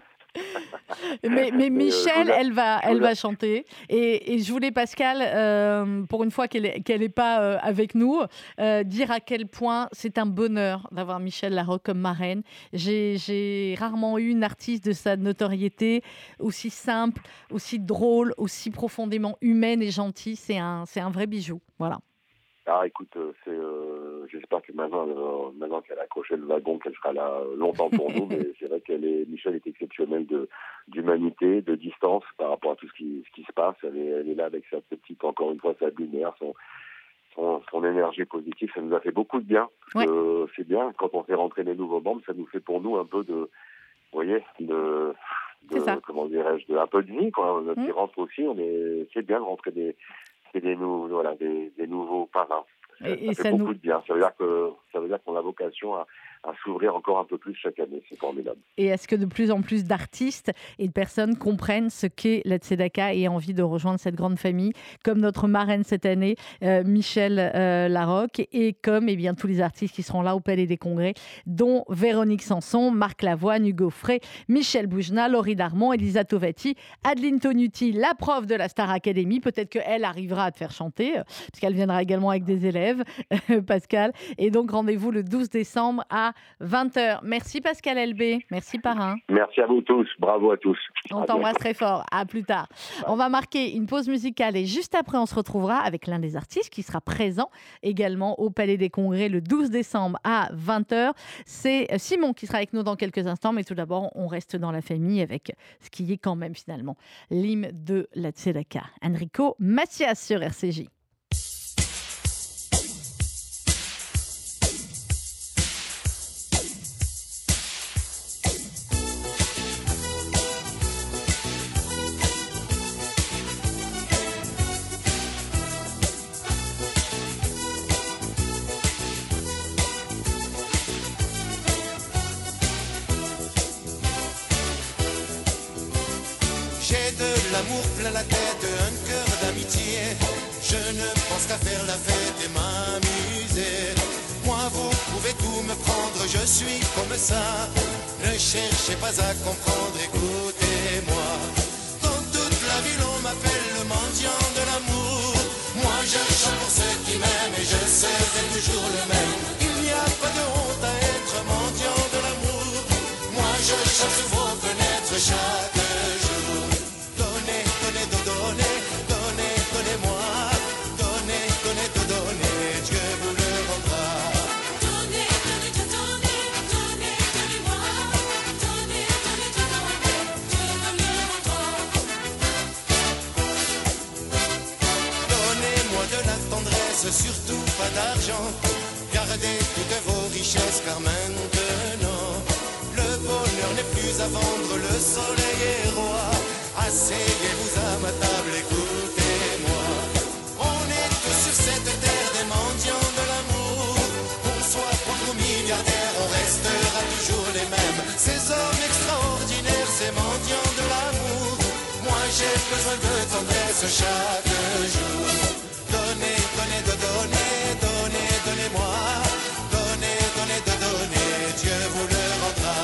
Mais, mais Michel, euh, elle va, elle va chanter. Et, et je voulais, Pascal, euh, pour une fois qu'elle n'est qu'elle est pas euh, avec nous, euh, dire à quel point c'est un bonheur d'avoir Michel Larocque comme marraine. J'ai, j'ai rarement eu une artiste de sa notoriété aussi simple, aussi drôle, aussi profondément humaine et gentille. C'est un, c'est un vrai bijou. Voilà. Ah, écoute, euh, c'est, euh, j'espère que maintenant, euh, maintenant qu'elle a accroché le wagon, qu'elle sera là euh, longtemps pour nous. Mais c'est vrai qu'elle est, Michel est exceptionnelle de d'humanité, de distance par rapport à tout ce qui, ce qui se passe. Elle est, elle est là avec sa petite, encore une fois, sa lumière, son, son, son énergie positive. Ça nous a fait beaucoup de bien. Parce que c'est bien quand on fait rentrer les nouveaux membres, ça nous fait pour nous un peu de, vous voyez, de, de comment dirais-je, de un peu de vie, quoi. Mmh. Qui rentre aussi. On est, c'est bien de rentrer des Des, nou- voilà, des, des nouveaux parrains. Ça, Et, ça et fait ça beaucoup nous... de bien. Ça veut dire que ça veut dire qu'on a vocation à, à s'ouvrir encore un peu plus chaque année. C'est formidable. Et est-ce que de plus en plus d'artistes et de personnes comprennent ce qu'est la Tzedaka et aient envie de rejoindre cette grande famille, comme notre marraine cette année, euh, Michel euh, Larocque, et comme eh bien, tous les artistes qui seront là au Palais des Congrès, dont Véronique Sanson, Marc Lavoine, Hugo Frey, Michel Boujna, Laurie Darmon, Elisa Tovati, Adeline Tonuti, la prof de la Star Academy. Peut-être qu'elle arrivera à te faire chanter, euh, parce qu'elle viendra également avec des élèves, euh, Pascal. Et donc, rendez-vous le douze décembre à vingt heures. Merci Pascal Elbé. Merci parrain. Merci à vous tous. Bravo à tous. On À t'embrasse bientôt. très fort. À plus tard. On va marquer une pause musicale et juste après, on se retrouvera avec l'un des artistes qui sera présent également au Palais des Congrès le douze décembre à vingt heures. C'est Simon qui sera avec nous dans quelques instants. Mais tout d'abord, on reste dans la famille avec ce qui est quand même finalement l'hymne de la Tzedaka. Enrico Macias sur R C J. l'amour plein la tête, un cœur d'amitié. Je ne pense qu'à faire la fête et m'amuser. Moi vous pouvez tout me prendre, je suis comme ça. Ne cherchez pas à comprendre, écoutez-moi. Dans toute la ville on m'appelle le mendiant de l'amour. Moi je chante pour ceux qui m'aiment et je serai toujours le même. Il n'y a pas de honte à être mendiant de l'amour. Moi je chante sous vos fenêtres chaque jour. Donnez, donnez, donnez, donnez, donnez-moi. Donnez, donnez, donnez, Dieu vous le rendra. Donnez, donnez, donnez, donnez, donnez-moi. Donnez, donnez, donnez, Dieu vous le rendra. Donnez-moi de la tendresse, surtout pas d'argent. Gardez toutes vos richesses car maintenant le bonheur n'est plus à vendre, le soleil est roi. Asseyez-vous à ma table, écoutez-moi. On est tous sur cette terre des mendiants de l'amour. Qu'on soit pauvre ou milliardaire, on restera toujours les mêmes. Ces hommes extraordinaires, ces mendiants de l'amour. Moi j'ai besoin de tendresse chaque jour. Donnez, donnez, de donner, donnez, donnez-moi. Donnez, donnez, de donner, Dieu vous le rendra.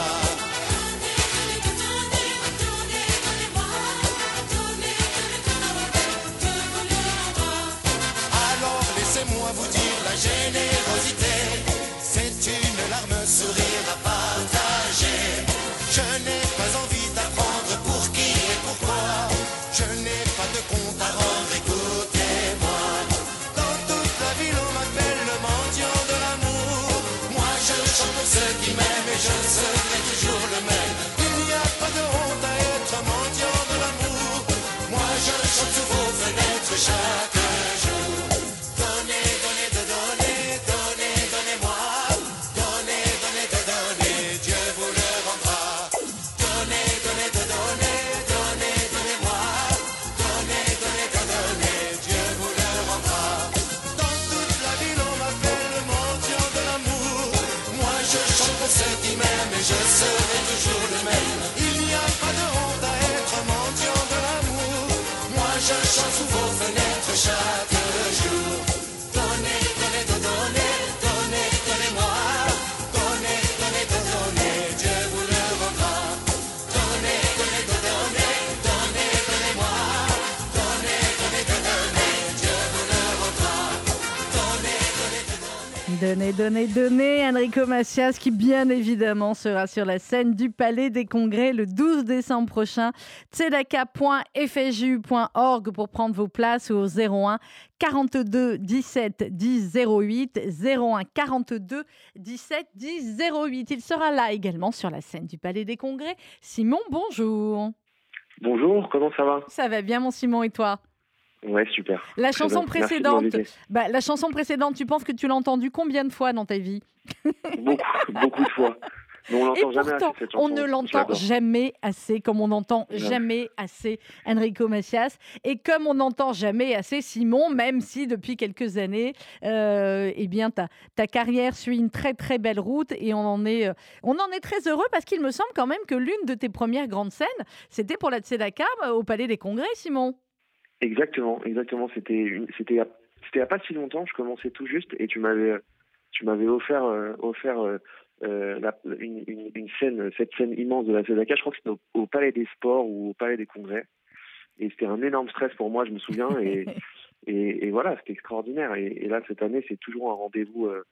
Alors laissez-moi vous dire la générosité, c'est une larme, un sourire à partager. Je n'ai pas envie d'apprendre pour qui et pourquoi. Je n'ai pas de compte à rendre, écoutez-moi. Dans toute la ville on m'appelle le mendiant de l'amour. Moi je chante pour ceux qui m'aiment et je serai toujours le même. Il n'y a pas de honte à être mendiant de l'amour. Moi je chante sous vos fenêtres chaque jour. Donnez, donnez, de donner, donnez, donnez-moi. Donnez, donnez, de donner, Dieu vous le rendra. Donnez, donnez, de donner, donnez, donnez-moi. Donnez, donnez, de donner, Dieu vous le rendra. Dans toute la ville on m'appelle le mendiant de l'amour. Moi je chante pour ceux qui m'aiment et je serai toujours le même. Il n'y a pas de honte à être mendiant de l'amour. Moi je chante sous vos fenêtres chaque jour. Donnez, donnez, de donner, donnez, donnez-moi. Donnez, donnez, de donner, Dieu vous le rendra. Donnez, donnez, de donner, donnez, donnez-moi. Donnez, donnez, de donner, Dieu vous le rendra. Donnez, donnez, de donner. Donnez, donnez, donnez. Enrico Macias qui bien évidemment sera sur la scène du Palais des Congrès le douze décembre prochain. tzedaka point f s j u point org pour prendre vos places ou au zéro un quarante-deux dix-sept dix zéro huit. zéro un quarante-deux dix-sept dix zéro huit. Il sera là également sur la scène du Palais des Congrès. Simon, bonjour. Bonjour, comment ça va? Ça va bien mon Simon et toi? Ouais, super. La Très chanson bien. précédente, Merci de m'inviter. bah, la chanson précédente, tu penses que tu l'as entendue combien de fois dans ta vie? Beaucoup, beaucoup de fois. Mais on Et l'entend jamais pourtant, assez cette chanson. on ne l'entend J'adore. jamais assez, comme on n'entend Ouais. jamais assez Enrico Macias, et comme on n'entend jamais assez Simon, même si depuis quelques années, euh, eh bien, ta, ta carrière suit une très très belle route, et on en est, euh, on en est très heureux parce qu'il me semble quand même que l'une de tes premières grandes scènes, c'était pour la Tzedaka euh, au Palais des Congrès, Simon. Exactement, exactement. C'était, une- c'était, il y a- c'était il n'y a pas si longtemps. Je commençais tout juste et tu m'avais, tu m'avais offert, euh, offert euh, euh, la- une, une, une scène, cette scène immense de la Tzedaka. Je crois que c'était au, au Palais des Sports ou au Palais des Congrès. Et c'était un énorme stress pour moi, je me souviens. Et, et, et voilà, c'était extraordinaire. Et, et là, cette année, c'est toujours un rendez-vous euh,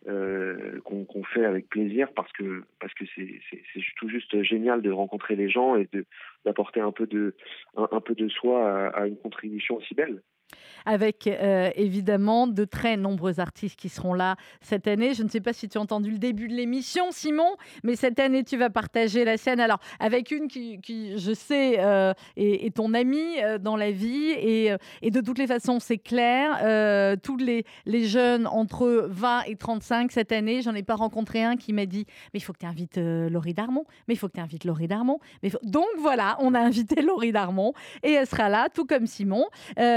euh, qu'on, qu'on fait avec plaisir parce que parce que c'est, c'est, c'est tout juste génial de rencontrer les gens et de d'apporter un peu de un, un peu de soi à, à une contribution aussi belle. Avec euh, évidemment de très nombreux artistes qui seront là cette année. Je ne sais pas si tu as entendu le début de l'émission, Simon, mais cette année, tu vas partager la scène alors avec une qui, qui je sais, euh, est, est ton amie euh, dans la vie. Et, euh, et de toutes les façons, c'est clair. Euh, tous les, les jeunes entre vingt et trente-cinq cette année, j'en ai pas rencontré un qui m'a dit « Mais il faut que tu invites euh, Laurie Darmon. Mais il faut que tu invites Laurie Darmon. » Mais faut... Donc voilà, on a invité Laurie Darmon et elle sera là, tout comme Simon. Euh, Élisa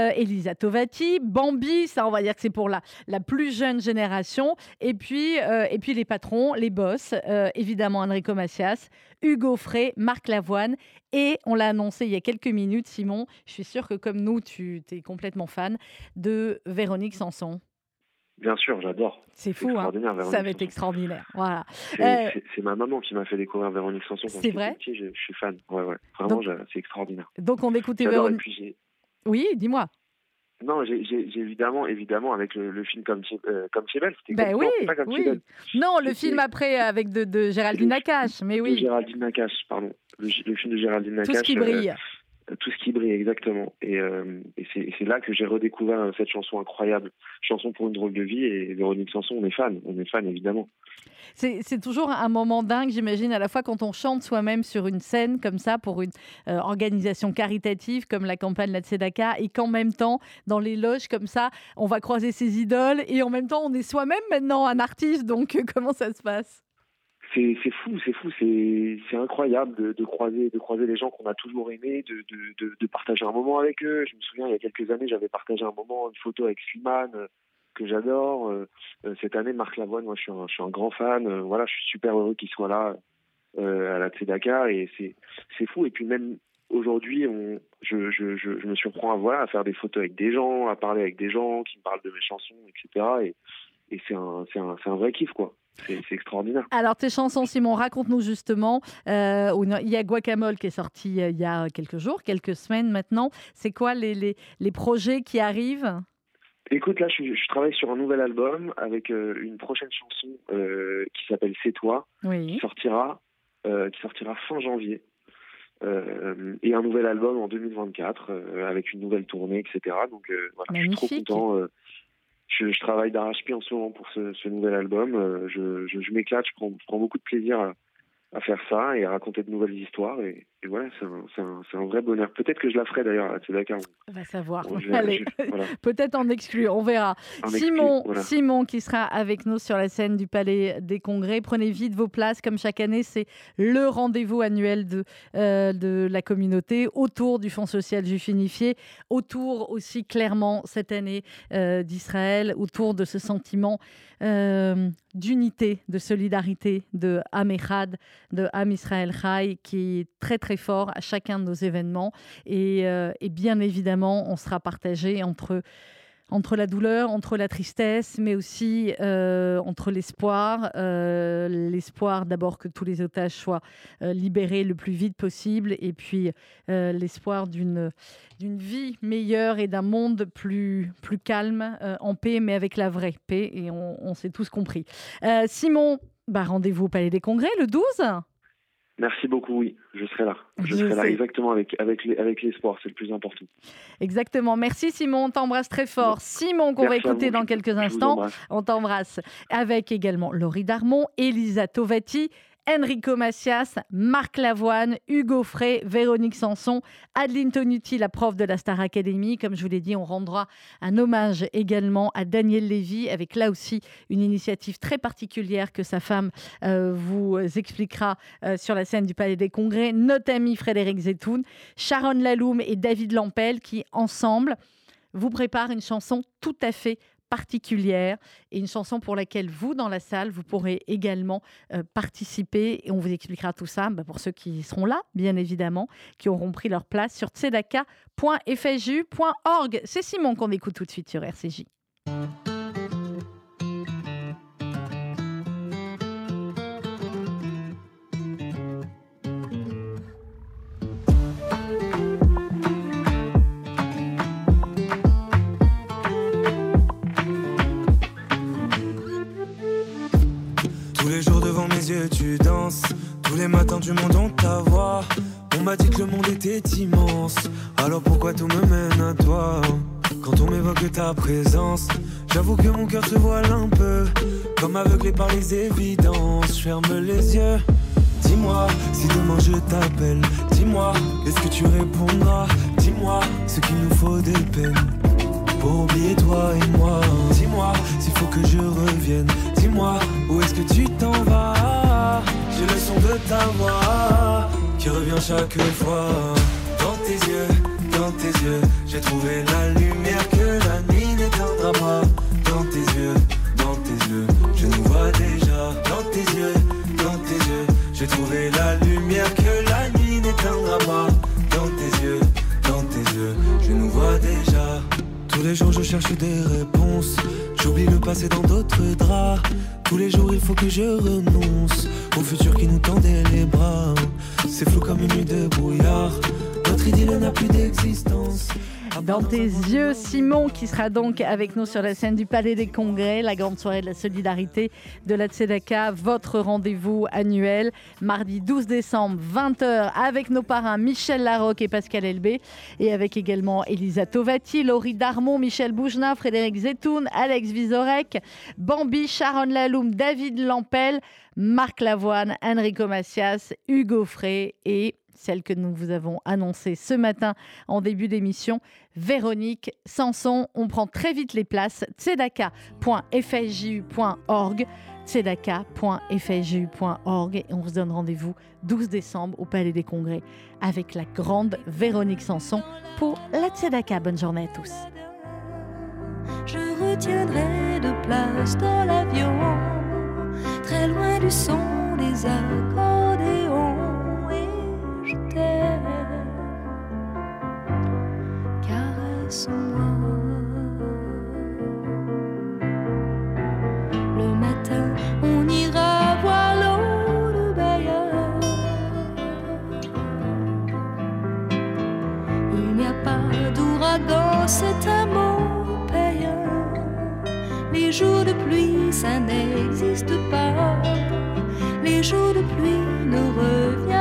Elisa Tovati, Bambi, ça on va dire que c'est pour la, la plus jeune génération, et puis, euh, et puis les patrons, les boss, euh, évidemment Enrico Macias, Hugo Frey, Marc Lavoine, et on l'a annoncé il y a quelques minutes, Simon, je suis sûre que comme nous, tu es complètement fan de Véronique Sanson. Bien sûr, j'adore. C'est fou, hein. Ça va être extraordinaire. Voilà. C'est, euh, c'est, c'est ma maman qui m'a fait découvrir Véronique Sanson. Quand c'est vrai petit, je, je suis fan. Ouais, ouais. Vraiment, donc, c'est extraordinaire. Donc, on écoutait Véronique. Oui, dis-moi. Non, j'ai, j'ai, j'ai évidemment, évidemment, avec le, le film Comme tu euh, comme tu es belle. C'était ben comme, oui, non, pas comme oui. Non, le film après avec de, de Géraldine Nakache, mais oui. De Géraldine Nakache, pardon. Le, le film de Géraldine Nakache. Tout ce qui brille. Euh, Tout ce qui brille, exactement. Et, euh, et c'est, c'est là que j'ai redécouvert cette chanson incroyable, Chanson pour une drôle de vie. Et Véronique Sanson, on est fan, on est fan évidemment. C'est, c'est toujours un moment dingue, j'imagine, à la fois quand on chante soi-même sur une scène comme ça pour une euh, organisation caritative comme la campagne La Tzedaka, et qu'en même temps, dans les loges comme ça, on va croiser ses idoles et en même temps, on est soi-même maintenant un artiste. Donc, euh, comment ça se passe ? C'est, c'est fou, c'est fou, c'est, c'est incroyable de, de croiser, de croiser les gens qu'on a toujours aimés, de, de, de, de partager un moment avec eux. Je me souviens, il y a quelques années, j'avais partagé un moment, une photo avec Slimane, euh, que j'adore. Euh, cette année, Marc Lavoine, moi, je suis un, je suis un grand fan. Euh, voilà, je suis super heureux qu'il soit là euh, à la Tzedaka, et c'est, c'est fou. Et puis même aujourd'hui, on, je, je, je, je me surprends à, voilà, à faire des photos avec des gens, à parler avec des gens qui me parlent de mes chansons, et cetera. Et, et c'est un, c'est un, c'est un vrai kiff, quoi. C'est, c'est extraordinaire. Alors, tes chansons, Simon, raconte-nous justement. Euh, il y a Guacamole qui est sorti euh, il y a quelques jours, quelques semaines maintenant. C'est quoi les, les, les projets qui arrivent ? Écoute, là, je, je travaille sur un nouvel album avec euh, une prochaine chanson euh, qui s'appelle C'est toi, oui. qui sortira, euh, qui sortira fin janvier. Euh, et un nouvel album en deux mille vingt-quatre euh, avec une nouvelle tournée, et cetera. Donc, euh, voilà, magnifique. Je suis trop content. Euh, Je, je travaille d'arrache-pied en ce moment pour ce, ce nouvel album. Euh, je, je, je m'éclate, je prends, je prends beaucoup de plaisir à, à faire ça et à raconter de nouvelles histoires. Et, et voilà, c'est un, c'est, un, c'est un vrai bonheur. Peut-être que je la ferai d'ailleurs à Tzedaka. On va savoir. Bon, je, Allez, je, voilà. Peut-être en exclu, on verra. En Simon, exclu, voilà. Simon qui sera avec nous sur la scène du Palais des Congrès. Prenez vite vos places. Comme chaque année, c'est le rendez-vous annuel de, euh, de la communauté autour du Fonds social juif unifié, autour aussi clairement cette année euh, d'Israël, autour de ce sentiment euh, d'unité, de solidarité, de Am Echad, de Am Israël Chai, qui est très très fort à chacun de nos événements. Et, euh, et bien évidemment, on sera partagé entre, entre la douleur, entre la tristesse, mais aussi euh, entre l'espoir. Euh, l'espoir d'abord que tous les otages soient euh, libérés le plus vite possible, et puis euh, l'espoir d'une, d'une vie meilleure et d'un monde plus, plus calme, euh, en paix, mais avec la vraie paix. Et on, on s'est tous compris. Euh, Simon, bah, rendez-vous au Palais des Congrès le douze. Merci beaucoup, oui, je serai là. Je, je serai sais. là exactement avec, avec, les, avec l'espoir, c'est le plus important. Exactement. Merci Simon, on t'embrasse très fort. Simon, qu'on Merci va écouter vous, dans je, quelques je instants. On t'embrasse. Avec également Laurie Darmon, Elisa Tovati, Enrico Macias, Marc Lavoine, Hugo Frey, Véronique Sanson, Adeline Tonuti, la prof de la Star Academy. Comme je vous l'ai dit, on rendra un hommage également à Daniel Lévy, avec là aussi une initiative très particulière que sa femme euh, vous expliquera euh, sur la scène du Palais des Congrès. Notre ami Frédéric Zetoun, Sharon Laloum et David Lampel qui, ensemble, vous préparent une chanson tout à fait particulière, et une chanson pour laquelle vous, dans la salle, vous pourrez également euh, participer, et on vous expliquera tout ça bah, pour ceux qui seront là, bien évidemment, qui auront pris leur place sur tzedaka point f s j u point org. C'est Simon qu'on écoute tout de suite sur R C J. Tous les jours devant mes yeux tu danses, tous les matins du monde on ta voix. On m'a dit que le monde était immense, alors pourquoi tout me mène à toi? Quand on m'évoque ta présence, j'avoue que mon cœur se voile un peu, comme aveuglé par les évidences. Je ferme les yeux. Dis-moi si demain je t'appelle, dis-moi est-ce que tu répondras? Dis-moi ce qu'il nous faut des peines pour oublier toi et moi. Dis-moi s'il faut que je revienne, dis-moi où est-ce que tu t'en vas. J'ai le son de ta voix qui revient chaque fois. Dans tes yeux, dans tes yeux, j'ai trouvé la lumière que je nous vois déjà. Tous les jours je cherche des réponses, j'oublie le passé dans d'autres draps. Tous les jours il faut que je renonce au futur qui nous tendait les bras. C'est flou comme une nuit de brouillard, notre idylle n'a plus d'existence. Dans tes yeux, Simon, qui sera donc avec nous sur la scène du Palais des Congrès, la grande soirée de la solidarité de la Tzedaka, votre rendez-vous annuel, mardi douze décembre, vingt heures, avec nos parrains Michel Larocque et Pascal Elbé, et avec également Elisa Tovati, Laurie Darmon, Michel Boujna, Frédéric Zetoun, Alex Vizorek, Bambi, Sharon Laloum, David Lampel, Marc Lavoine, Enrico Macias, Hugo Frey et celle que nous vous avons annoncée ce matin en début d'émission, Véronique Sanson. On prend très vite les places, tzedaka point f s j u point org, tzedaka point f s j u point org, et on vous donne rendez-vous douze décembre au Palais des Congrès avec la grande Véronique Sanson pour la Tzedaka. Bonne journée à tous. Je retiendrai de place dans l'avion, très loin du son des accordéons. Je t'aime, caresse-moi. Le matin, on ira voir l'eau de Bayeux. Il n'y a pas d'ouragan, c'est un mot payant. Les jours de pluie, ça n'existe pas. Les jours de pluie ne reviennent